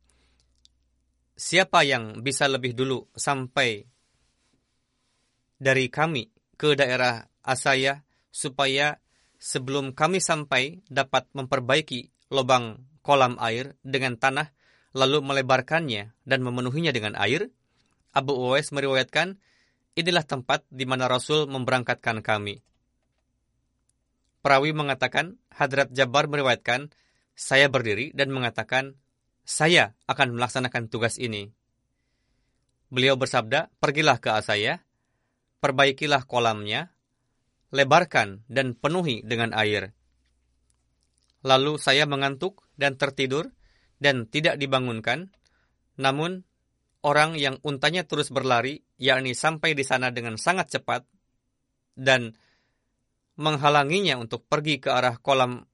S2: "Siapa yang bisa lebih dulu sampai dari kami ke daerah Asaya, supaya sebelum kami sampai dapat memperbaiki lubang kolam air dengan tanah, lalu melebarkannya dan memenuhinya dengan air?" Abu Uwais meriwayatkan, "Inilah tempat di mana Rasul memberangkatkan kami." Perawi mengatakan, Hadrat Jabbar meriwayatkan, "Saya berdiri dan mengatakan, saya akan melaksanakan tugas ini." Beliau bersabda, "Pergilah ke Asaya, perbaikilah kolamnya, lebarkan dan penuhi dengan air." Lalu saya mengantuk dan tertidur dan tidak dibangunkan. Namun, orang yang untanya terus berlari, yakni sampai di sana dengan sangat cepat, dan menghalanginya untuk pergi ke arah kolam.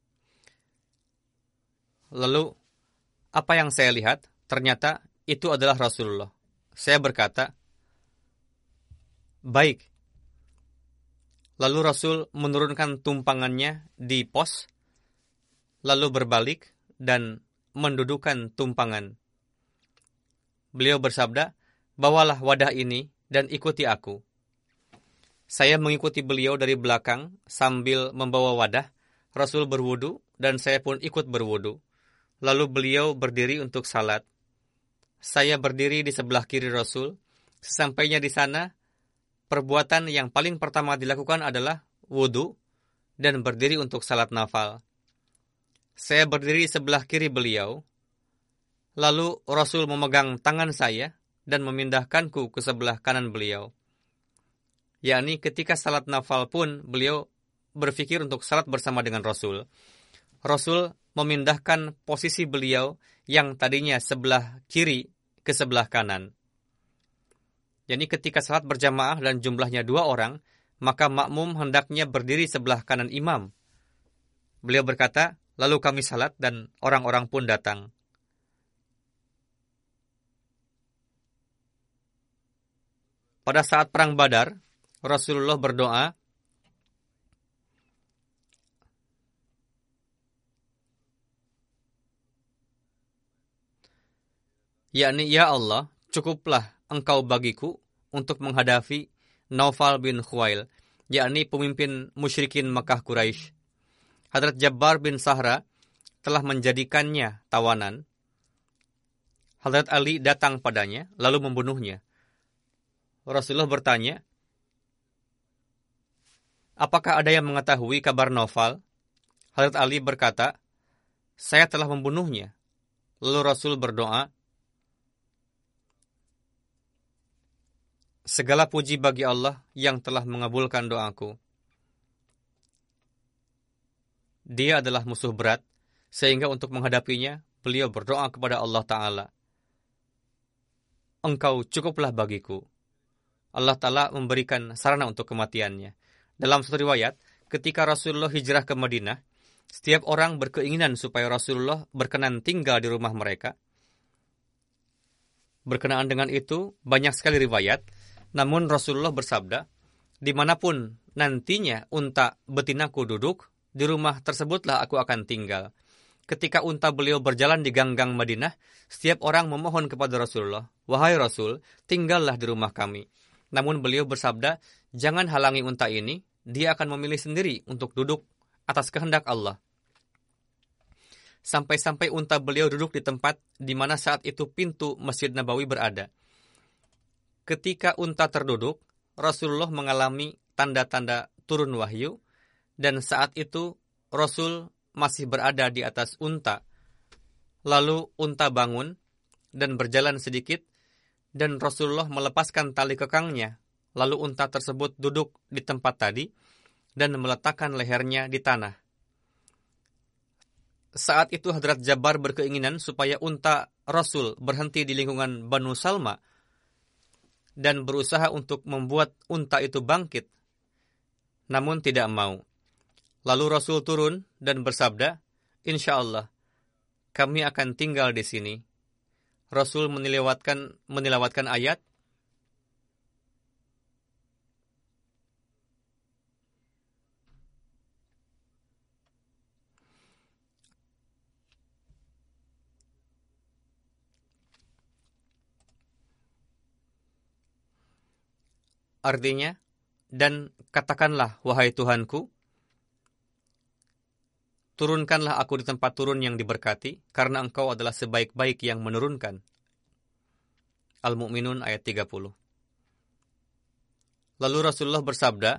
S2: Lalu, apa yang saya lihat? Ternyata itu adalah Rasulullah. Saya berkata, "Baik." Lalu Rasul menurunkan tumpangannya di pos, lalu berbalik dan mendudukkan tumpangan. Beliau bersabda, "Bawalah wadah ini dan ikuti aku." Saya mengikuti beliau dari belakang sambil membawa wadah. Rasul berwudu dan saya pun ikut berwudu. Lalu beliau berdiri untuk salat. Saya berdiri di sebelah kiri Rasul. Sesampainya di sana, perbuatan yang paling pertama dilakukan adalah wudu dan berdiri untuk salat nafal. Saya berdiri di sebelah kiri beliau. Lalu Rasul memegang tangan saya dan memindahkanku ke sebelah kanan beliau. Yakni ketika salat nafal pun beliau berfikir untuk salat bersama dengan Rasul. Rasul memindahkan posisi beliau yang tadinya sebelah kiri ke sebelah kanan. Jadi ketika salat berjamaah dan jumlahnya 2 orang, maka makmum hendaknya berdiri sebelah kanan imam. Beliau berkata, "Lalu kami salat dan orang-orang pun datang." Pada saat perang Badar, Rasulullah berdoa, yakni, "Ya Allah, cukuplah Engkau bagiku untuk menghadapi Naufal bin Khuwail," yakni pemimpin musyrikin Makkah Quraisy. Hadrat Jabbar bin Sahra telah menjadikannya tawanan. Hadrat Ali datang padanya lalu membunuhnya. Rasulullah bertanya, "Apakah ada yang mengetahui kabar Naufal?" Hadrat Ali berkata, "Saya telah membunuhnya." Lalu Rasul berdoa, "Segala puji bagi Allah yang telah mengabulkan doaku. Dia adalah musuh berat, sehingga untuk menghadapinya, beliau berdoa kepada Allah Ta'ala, 'Engkau cukuplah bagiku.' Allah Ta'ala memberikan sarana untuk kematiannya. Dalam satu riwayat, ketika Rasulullah hijrah ke Madinah, setiap orang berkeinginan supaya Rasulullah berkenan tinggal di rumah mereka. Berkenaan dengan itu, banyak sekali riwayat, namun Rasulullah bersabda, dimanapun nantinya unta betinaku duduk, di rumah tersebutlah aku akan tinggal. Ketika unta beliau berjalan di gang-gang Madinah, setiap orang memohon kepada Rasulullah, wahai Rasul, tinggallah di rumah kami. Namun beliau bersabda, jangan halangi unta ini, dia akan memilih sendiri untuk duduk atas kehendak Allah. Sampai-sampai unta beliau duduk di tempat di mana saat itu pintu Masjid Nabawi berada. Ketika unta terduduk, Rasulullah mengalami tanda-tanda turun wahyu, dan saat itu Rasul masih berada di atas unta. Lalu unta bangun dan berjalan sedikit, dan Rasulullah melepaskan tali kekangnya. Lalu unta tersebut duduk di tempat tadi dan meletakkan lehernya di tanah. Saat itu Hadrat Jabbar berkeinginan supaya unta Rasul berhenti di lingkungan Banu Salma dan berusaha untuk membuat unta itu bangkit. Namun tidak mau. Lalu Rasul turun dan bersabda, insya Allah, kami akan tinggal di sini. Rasul menilawatkan ayat, artinya, dan katakanlah, wahai Tuhanku, turunkanlah aku di tempat turun yang diberkati, karena engkau adalah sebaik-baik yang menurunkan. Al-Mu'minun ayat 30. Lalu Rasulullah bersabda,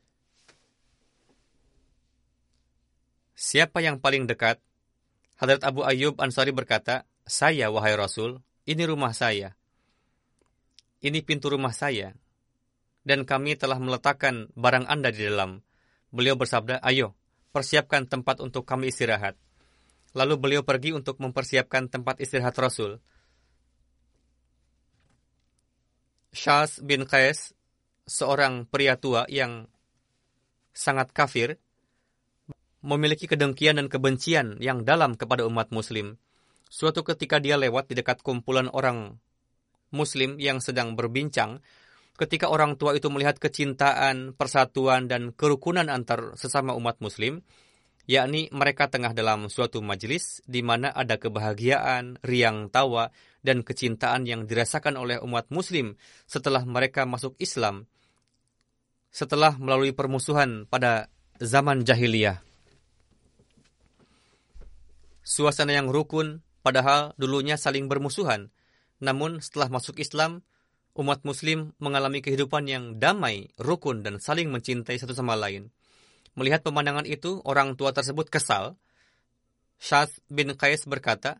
S2: siapa yang paling dekat? Hadrat Abu Ayyub Ansari berkata, saya, wahai Rasul, ini rumah saya. Ini pintu rumah saya. Dan kami telah meletakkan barang Anda di dalam. Beliau bersabda, ayo, persiapkan tempat untuk kami istirahat. Lalu beliau pergi untuk mempersiapkan tempat istirahat Rasul. Syas bin Qais, seorang pria tua yang sangat kafir, memiliki kedengkian dan kebencian yang dalam kepada umat muslim. Suatu ketika dia lewat di dekat kumpulan orang muslim yang sedang berbincang. Ketika orang tua itu melihat kecintaan, persatuan, dan kerukunan antar sesama umat muslim, yakni mereka tengah dalam suatu majelis di mana ada kebahagiaan, riang tawa, dan kecintaan yang dirasakan oleh umat muslim setelah mereka masuk Islam, setelah melalui permusuhan pada zaman jahiliyah. Suasana yang rukun, padahal dulunya saling bermusuhan, namun setelah masuk Islam, umat muslim mengalami kehidupan yang damai, rukun, dan saling mencintai satu sama lain. Melihat pemandangan itu, orang tua tersebut kesal. Syas bin Qais berkata,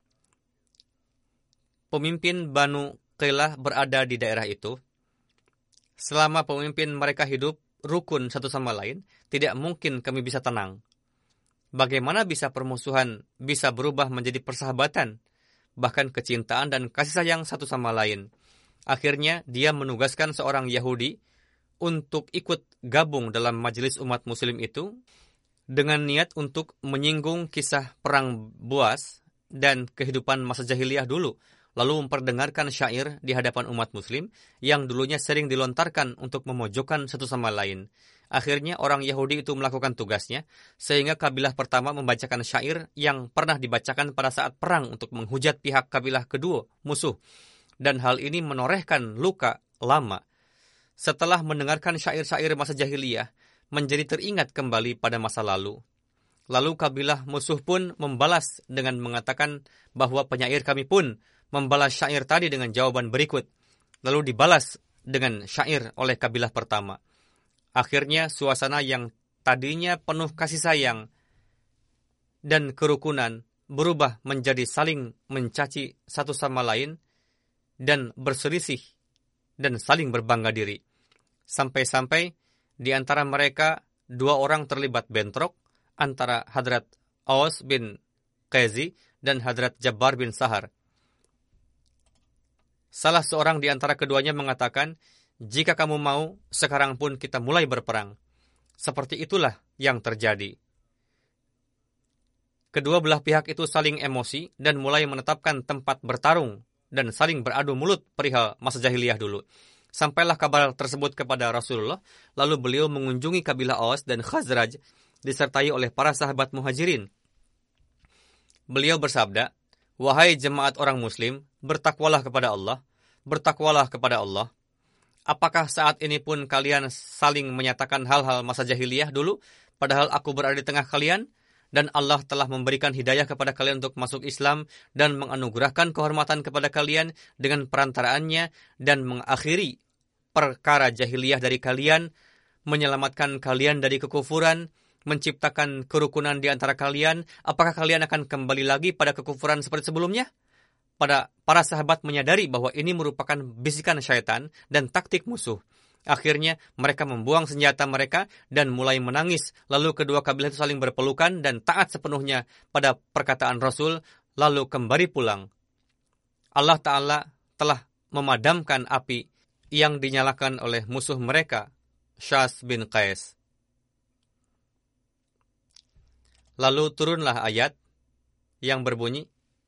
S2: pemimpin Banu Qilah berada di daerah itu. Selama pemimpin mereka hidup rukun satu sama lain, tidak mungkin kami bisa tenang. Bagaimana bisa permusuhan bisa berubah menjadi persahabatan, bahkan kecintaan dan kasih sayang satu sama lain? Akhirnya dia menugaskan seorang Yahudi untuk ikut gabung dalam majelis umat muslim itu dengan niat untuk menyinggung kisah perang Buas dan kehidupan masa jahiliyah dulu, lalu memperdengarkan syair di hadapan umat muslim yang dulunya sering dilontarkan untuk memojokkan satu sama lain. Akhirnya orang Yahudi itu melakukan tugasnya, sehingga kabilah pertama membacakan syair yang pernah dibacakan pada saat perang untuk menghujat pihak kabilah kedua, musuh. Dan hal ini menorehkan luka lama. Setelah mendengarkan syair-syair masa jahiliyah, menjadi teringat kembali pada masa lalu. Lalu kabilah musuh pun membalas dengan mengatakan bahwa penyair kami pun membalas syair tadi dengan jawaban berikut. Lalu dibalas dengan syair oleh kabilah pertama. Akhirnya suasana yang tadinya penuh kasih sayang dan kerukunan berubah menjadi saling mencaci satu sama lain dan berselisih dan saling berbangga diri. Sampai-sampai di antara mereka 2 orang terlibat bentrok antara Hadrat Aus bin Qazi dan Hadrat Jabbar bin Sahar. Salah seorang di antara keduanya mengatakan, jika kamu mau, sekarang pun kita mulai berperang. Seperti itulah yang terjadi. Kedua belah pihak itu saling emosi dan mulai menetapkan tempat bertarung dan saling beradu mulut perihal masa jahiliyah dulu. Sampailah kabar tersebut kepada Rasulullah, lalu beliau mengunjungi kabilah Aus dan Khazraj, disertai oleh para sahabat muhajirin. Beliau bersabda, "Wahai jemaat orang muslim, bertakwalah kepada Allah, bertakwalah kepada Allah. Apakah saat ini pun kalian saling menyatakan hal-hal masa jahiliyah dulu, padahal aku berada di tengah kalian? Dan Allah telah memberikan hidayah kepada kalian untuk masuk Islam dan menganugerahkan kehormatan kepada kalian dengan perantaraannya dan mengakhiri perkara jahiliyah dari kalian, menyelamatkan kalian dari kekufuran, menciptakan kerukunan di antara kalian. Apakah kalian akan kembali lagi pada kekufuran seperti sebelumnya?" Para sahabat menyadari bahwa ini merupakan bisikan syaitan dan taktik musuh. Akhirnya mereka membuang senjata mereka dan mulai menangis. Lalu kedua kabilah itu saling berpelukan dan taat sepenuhnya pada perkataan Rasul, lalu kembali pulang. Allah Ta'ala telah memadamkan api yang dinyalakan oleh musuh mereka, Syas bin Qais. Lalu turunlah ayat yang berbunyi,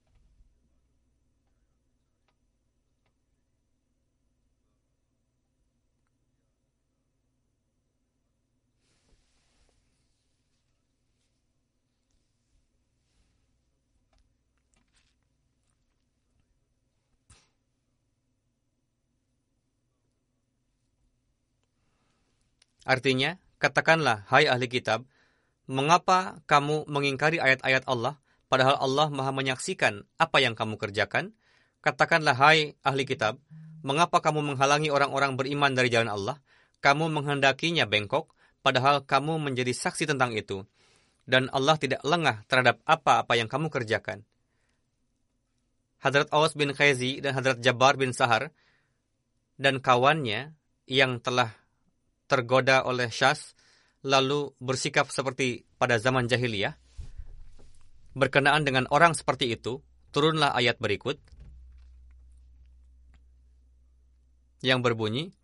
S2: artinya, katakanlah, hai ahli kitab, mengapa kamu mengingkari ayat-ayat Allah, padahal Allah Maha menyaksikan apa yang kamu kerjakan? Katakanlah, hai ahli kitab, mengapa kamu menghalangi orang-orang beriman dari jalan Allah? Kamu menghendakinya bengkok, padahal kamu menjadi saksi tentang itu. Dan Allah tidak lengah terhadap apa-apa yang kamu kerjakan. Hadrat Aus bin Khaizi dan Hadrat Jabbar bin Sahar dan kawannya yang telah tergoda oleh Syas lalu bersikap seperti pada zaman jahiliyah. Berkenaan dengan orang seperti itu, turunlah ayat berikut yang berbunyi,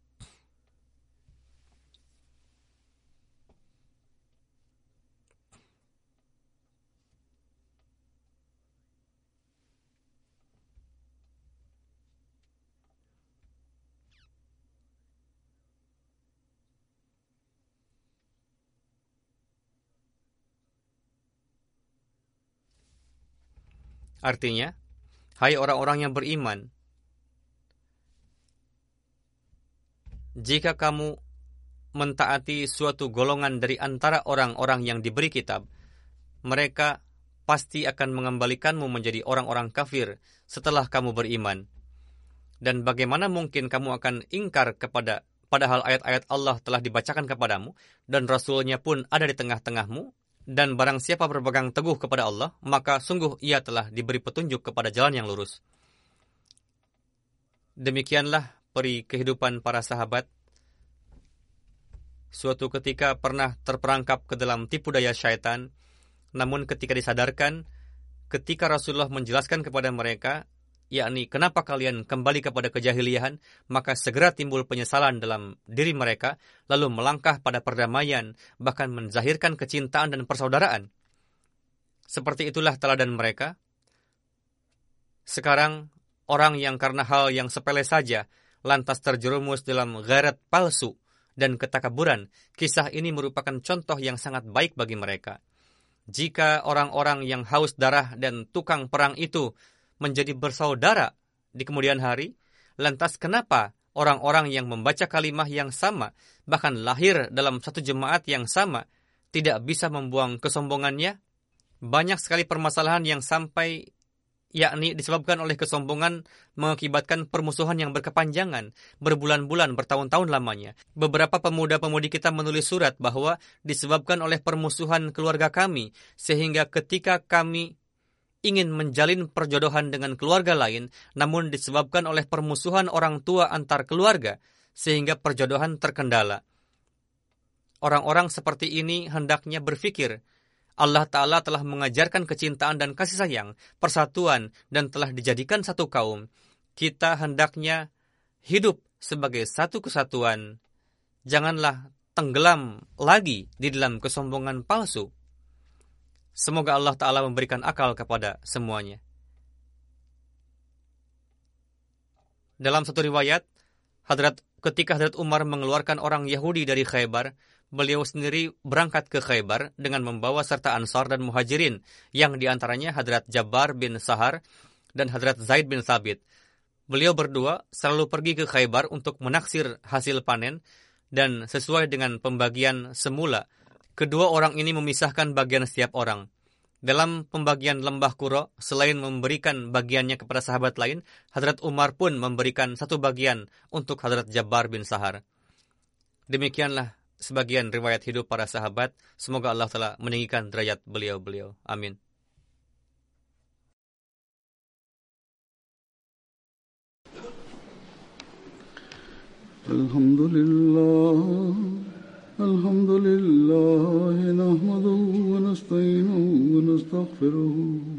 S2: artinya, hai orang-orang yang beriman, jika kamu mentaati suatu golongan dari antara orang-orang yang diberi kitab, mereka pasti akan mengembalikanmu menjadi orang-orang kafir setelah kamu beriman. Dan bagaimana mungkin kamu akan ingkar padahal ayat-ayat Allah telah dibacakan kepadamu, dan Rasulnya pun ada di tengah-tengahmu, dan barang siapa berpegang teguh kepada Allah, maka sungguh ia telah diberi petunjuk kepada jalan yang lurus. Demikianlah peri kehidupan para sahabat. Suatu ketika pernah terperangkap ke dalam tipu daya syaitan, namun ketika disadarkan, ketika Rasulullah menjelaskan kepada mereka, yakni kenapa kalian kembali kepada kejahiliahan, maka segera timbul penyesalan dalam diri mereka, lalu melangkah pada perdamaian, bahkan menzahirkan kecintaan dan persaudaraan. Seperti itulah teladan mereka. Sekarang, orang yang karena hal yang sepele saja, lantas terjerumus dalam ghairat palsu dan ketakaburan, kisah ini merupakan contoh yang sangat baik bagi mereka. Jika orang-orang yang haus darah dan tukang perang itu menjadi bersaudara di kemudian hari, lantas kenapa orang-orang yang membaca kalimah yang sama, bahkan lahir dalam satu jemaat yang sama, tidak bisa membuang kesombongannya? Banyak sekali permasalahan yang sampai, yakni disebabkan oleh kesombongan, mengakibatkan permusuhan yang berkepanjangan, berbulan-bulan, bertahun-tahun lamanya. Beberapa pemuda-pemudi kita menulis surat bahwa disebabkan oleh permusuhan keluarga kami, sehingga ketika kami ingin menjalin perjodohan dengan keluarga lain, namun disebabkan oleh permusuhan orang tua antar keluarga, sehingga perjodohan terkendala. Orang-orang seperti ini hendaknya berpikir, Allah Ta'ala telah mengajarkan kecintaan dan kasih sayang, persatuan, dan telah dijadikan satu kaum. Kita hendaknya hidup sebagai satu kesatuan. Janganlah tenggelam lagi di dalam kesombongan palsu. Semoga Allah Ta'ala memberikan akal kepada semuanya. Dalam satu riwayat, ketika Hadrat Umar mengeluarkan orang Yahudi dari Khaybar, beliau sendiri berangkat ke Khaybar dengan membawa serta Ansar dan Muhajirin, yang diantaranya Hadrat Jabbar bin Sahar dan Hadrat Zaid bin Thabit. Beliau berdua selalu pergi ke Khaybar untuk menaksir hasil panen, dan sesuai dengan pembagian semula, kedua orang ini memisahkan bagian setiap orang. Dalam pembagian lembah Qura, selain memberikan bagiannya kepada sahabat lain, Hadrat Umar pun memberikan satu bagian untuk Hadrat Jabbar bin Sahar. Demikianlah sebagian riwayat hidup para sahabat. Semoga Allah telah meninggikan derajat beliau-beliau. Amin.
S1: الحمد لله نحمده ونستعينه ونستغفره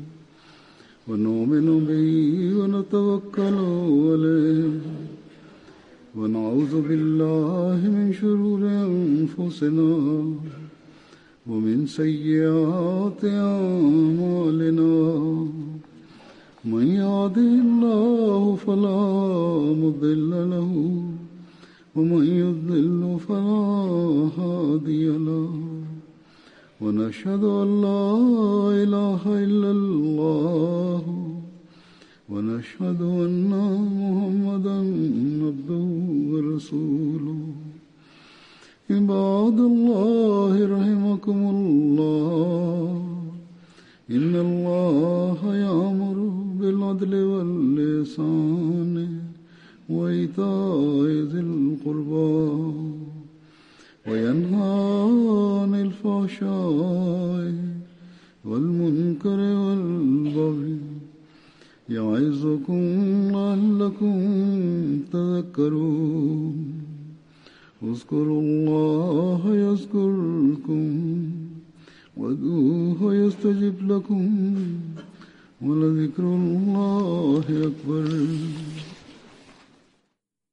S1: ونؤمن به ونتوكل عليه ونعوذ بالله من شرور أنفسنا ومن سيئات أعمالنا من يهده الله فلا مضل له ومن يضلل فلا هادي له ونشهد أن لا إله إلا الله ونشهد أن محمدا عبده ورسوله عباد الله رحمكم الله إن الله يأمر بالعدل والإحسان وإيتاء ذي القربى وينهى عن الفحشاء والمنكر والبغي يعظكم لعلكم تذكرون اذكروا الله يذكركم وادعوه يستجب لكم ولذكر الله أكبر